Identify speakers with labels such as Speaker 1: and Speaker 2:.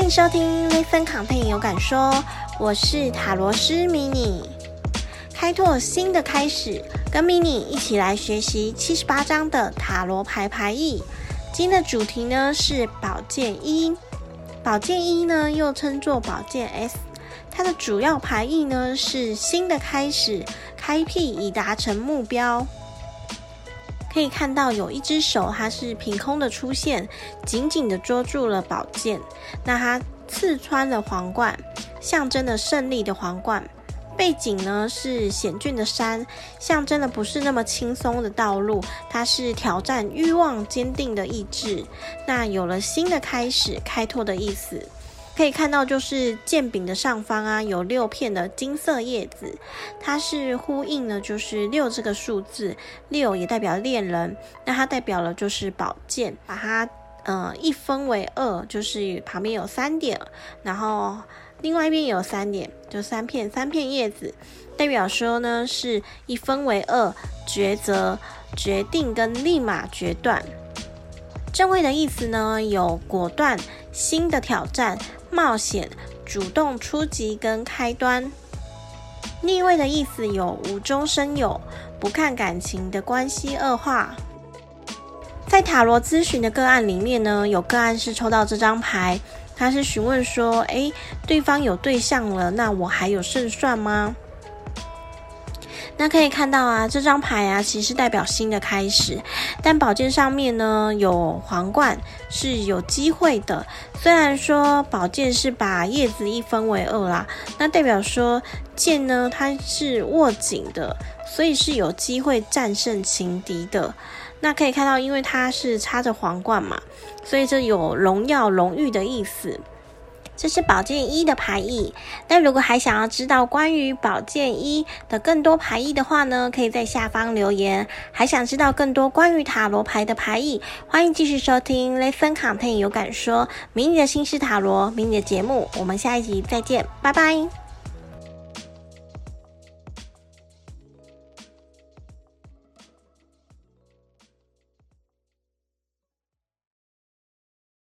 Speaker 1: 欢迎收听 Listen Content 有感说，我是塔罗师迷你。开拓新的开始，跟迷你一起来学习78张的塔罗牌牌意。今天的主题呢是宝剑一。宝剑一呢又称作宝剑 S， 它的主要牌意呢是新的开始，开辟以达成目标。可以看到有一只手，它是凭空的出现，紧紧的捉住了宝剑。那它刺穿了皇冠，象征了胜利的皇冠。背景呢是险峻的山，象征的不是那么轻松的道路，它是挑战欲望坚定的意志。那有了新的开始，开拓的意思。可以看到就是剑柄的上方啊，有6片的金色叶子，它是呼应了就是6这个数字，6也代表恋人，那它代表了就是宝剑，把它一分为2，就是旁边有3点，然后另外一边也有3点，就3片叶子，代表说呢是一分为2，抉择、决定跟立马决断。正位的意思呢有果断、新的挑战、冒险、主动出击跟开端。逆位的意思有无中生有、不看感情的关系恶化。在塔罗咨询的个案里面呢，有个案是抽到这张牌，他是询问说对方有对象了，那我还有胜算吗？那可以看到啊，这张牌啊其实代表新的开始，但宝剑上面呢有皇冠，是有机会的。虽然说宝剑是把叶子一分为2啦，那代表说剑呢它是握紧的，所以是有机会战胜情敌的。那可以看到，因为它是插着皇冠嘛，所以这有荣耀、荣誉的意思。这是宝剑一的牌意。那如果还想要知道关于宝剑一的更多牌意的话呢，可以在下方留言。还想知道更多关于塔罗牌的牌意，欢迎继续收听 Listen Content 有感说迷你的心事塔罗迷你的节目。我们下一集再见，拜拜。